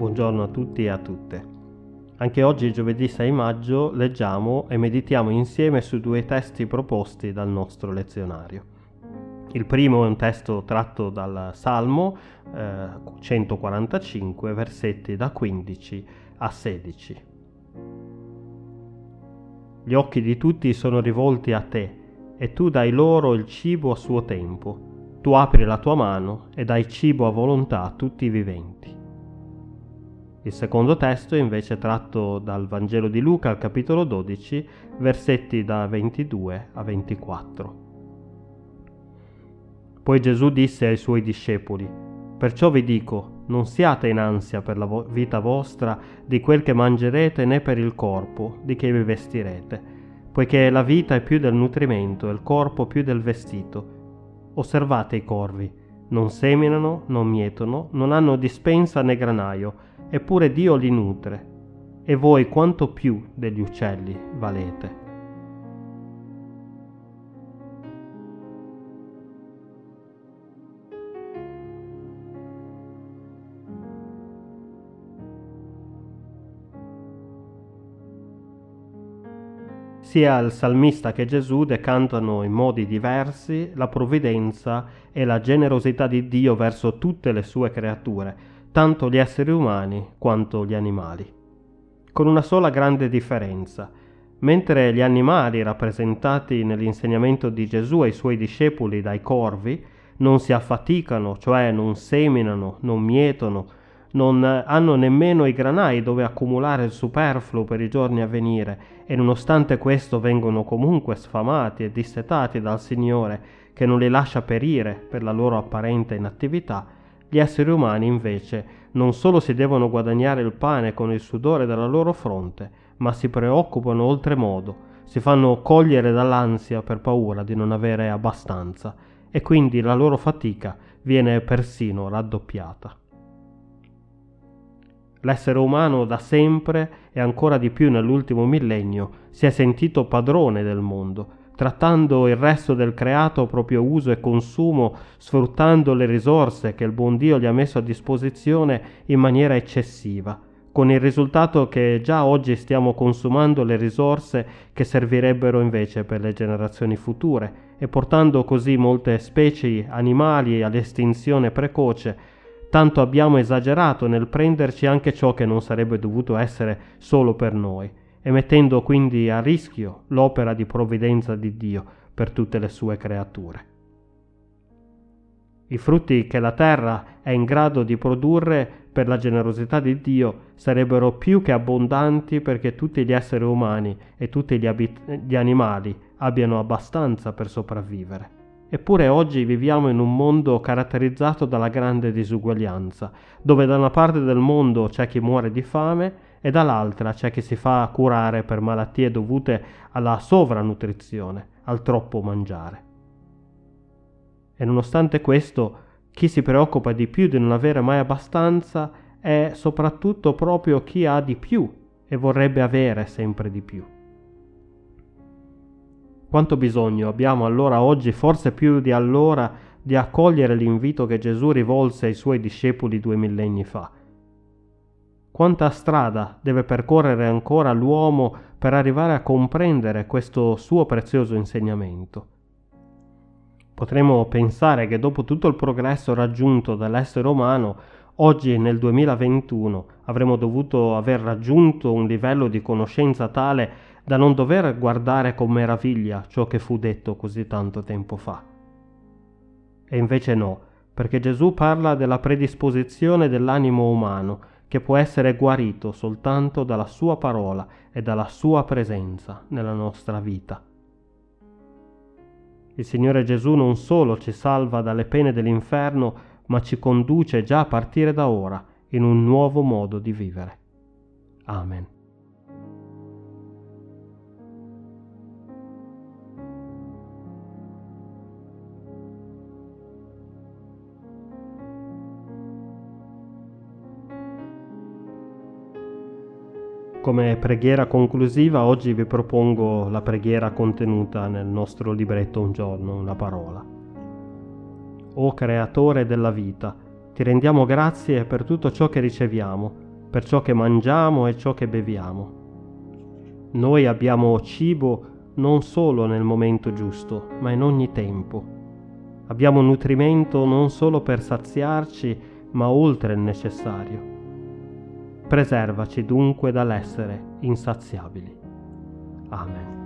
Buongiorno a tutti e a tutte. Anche oggi, giovedì 6 maggio, leggiamo e meditiamo insieme su due testi proposti dal nostro lezionario. Il primo è un testo tratto dal Salmo 145, versetti da 15 a 16. Gli occhi di tutti sono rivolti a te, e tu dai loro il cibo a suo tempo. Tu apri la tua mano e dai cibo a volontà a tutti i viventi. Il secondo testo è invece tratto dal Vangelo di Luca, al capitolo 12, versetti da 22 a 24. Poi Gesù disse ai suoi discepoli: «Perciò vi dico, non siate in ansia per la vita vostra di quel che mangerete, né per il corpo di che vi vestirete, poiché la vita è più del nutrimento e il corpo più del vestito. Osservate i corvi, non seminano, non mietono, non hanno dispensa né granaio, eppure Dio li nutre, e voi quanto più degli uccelli valete». Sia il salmista che Gesù decantano in modi diversi la provvidenza e la generosità di Dio verso tutte le sue creature, tanto gli esseri umani quanto gli animali. Con una sola grande differenza: mentre gli animali rappresentati nell'insegnamento di Gesù ai suoi discepoli dai corvi non si affaticano, cioè non seminano, non mietono, non hanno nemmeno i granai dove accumulare il superfluo per i giorni a venire, e nonostante questo vengono comunque sfamati e dissetati dal Signore, che non li lascia perire per la loro apparente inattività, gli esseri umani invece non solo si devono guadagnare il pane con il sudore della loro fronte, ma si preoccupano oltremodo, si fanno cogliere dall'ansia per paura di non avere abbastanza, e quindi la loro fatica viene persino raddoppiata. L'essere umano da sempre, e ancora di più nell'ultimo millennio, si è sentito padrone del mondo, trattando il resto del creato a proprio uso e consumo, sfruttando le risorse che il buon Dio gli ha messo a disposizione in maniera eccessiva, con il risultato che già oggi stiamo consumando le risorse che servirebbero invece per le generazioni future, e portando così molte specie animali all'estinzione precoce. Tanto abbiamo esagerato nel prenderci anche ciò che non sarebbe dovuto essere solo per noi, e mettendo quindi a rischio l'opera di provvidenza di Dio per tutte le sue creature. I frutti che la terra è in grado di produrre per la generosità di Dio sarebbero più che abbondanti perché tutti gli esseri umani e tutti gli animali abbiano abbastanza per sopravvivere. Eppure oggi viviamo in un mondo caratterizzato dalla grande disuguaglianza, dove da una parte del mondo c'è chi muore di fame e dall'altra c'è chi si fa curare per malattie dovute alla sovrannutrizione, al troppo mangiare. E nonostante questo, chi si preoccupa di più di non avere mai abbastanza è soprattutto proprio chi ha di più e vorrebbe avere sempre di più. Quanto bisogno abbiamo allora oggi, forse più di allora, di accogliere l'invito che Gesù rivolse ai suoi discepoli 2 millenni fa. Quanta strada deve percorrere ancora l'uomo per arrivare a comprendere questo suo prezioso insegnamento? Potremmo pensare che dopo tutto il progresso raggiunto dall'essere umano, oggi nel 2021 avremmo dovuto aver raggiunto un livello di conoscenza tale da non dover guardare con meraviglia ciò che fu detto così tanto tempo fa. E invece no, perché Gesù parla della predisposizione dell'animo umano, che può essere guarito soltanto dalla sua parola e dalla sua presenza nella nostra vita. Il Signore Gesù non solo ci salva dalle pene dell'inferno, ma ci conduce già a partire da ora in un nuovo modo di vivere. Amen. Come preghiera conclusiva oggi vi propongo la preghiera contenuta nel nostro libretto Un giorno, una parola. O Creatore della vita, ti rendiamo grazie per tutto ciò che riceviamo, per ciò che mangiamo e ciò che beviamo. Noi abbiamo cibo non solo nel momento giusto, ma in ogni tempo. Abbiamo nutrimento non solo per saziarci, ma oltre il necessario. Preservaci dunque dall'essere insaziabili. Amen.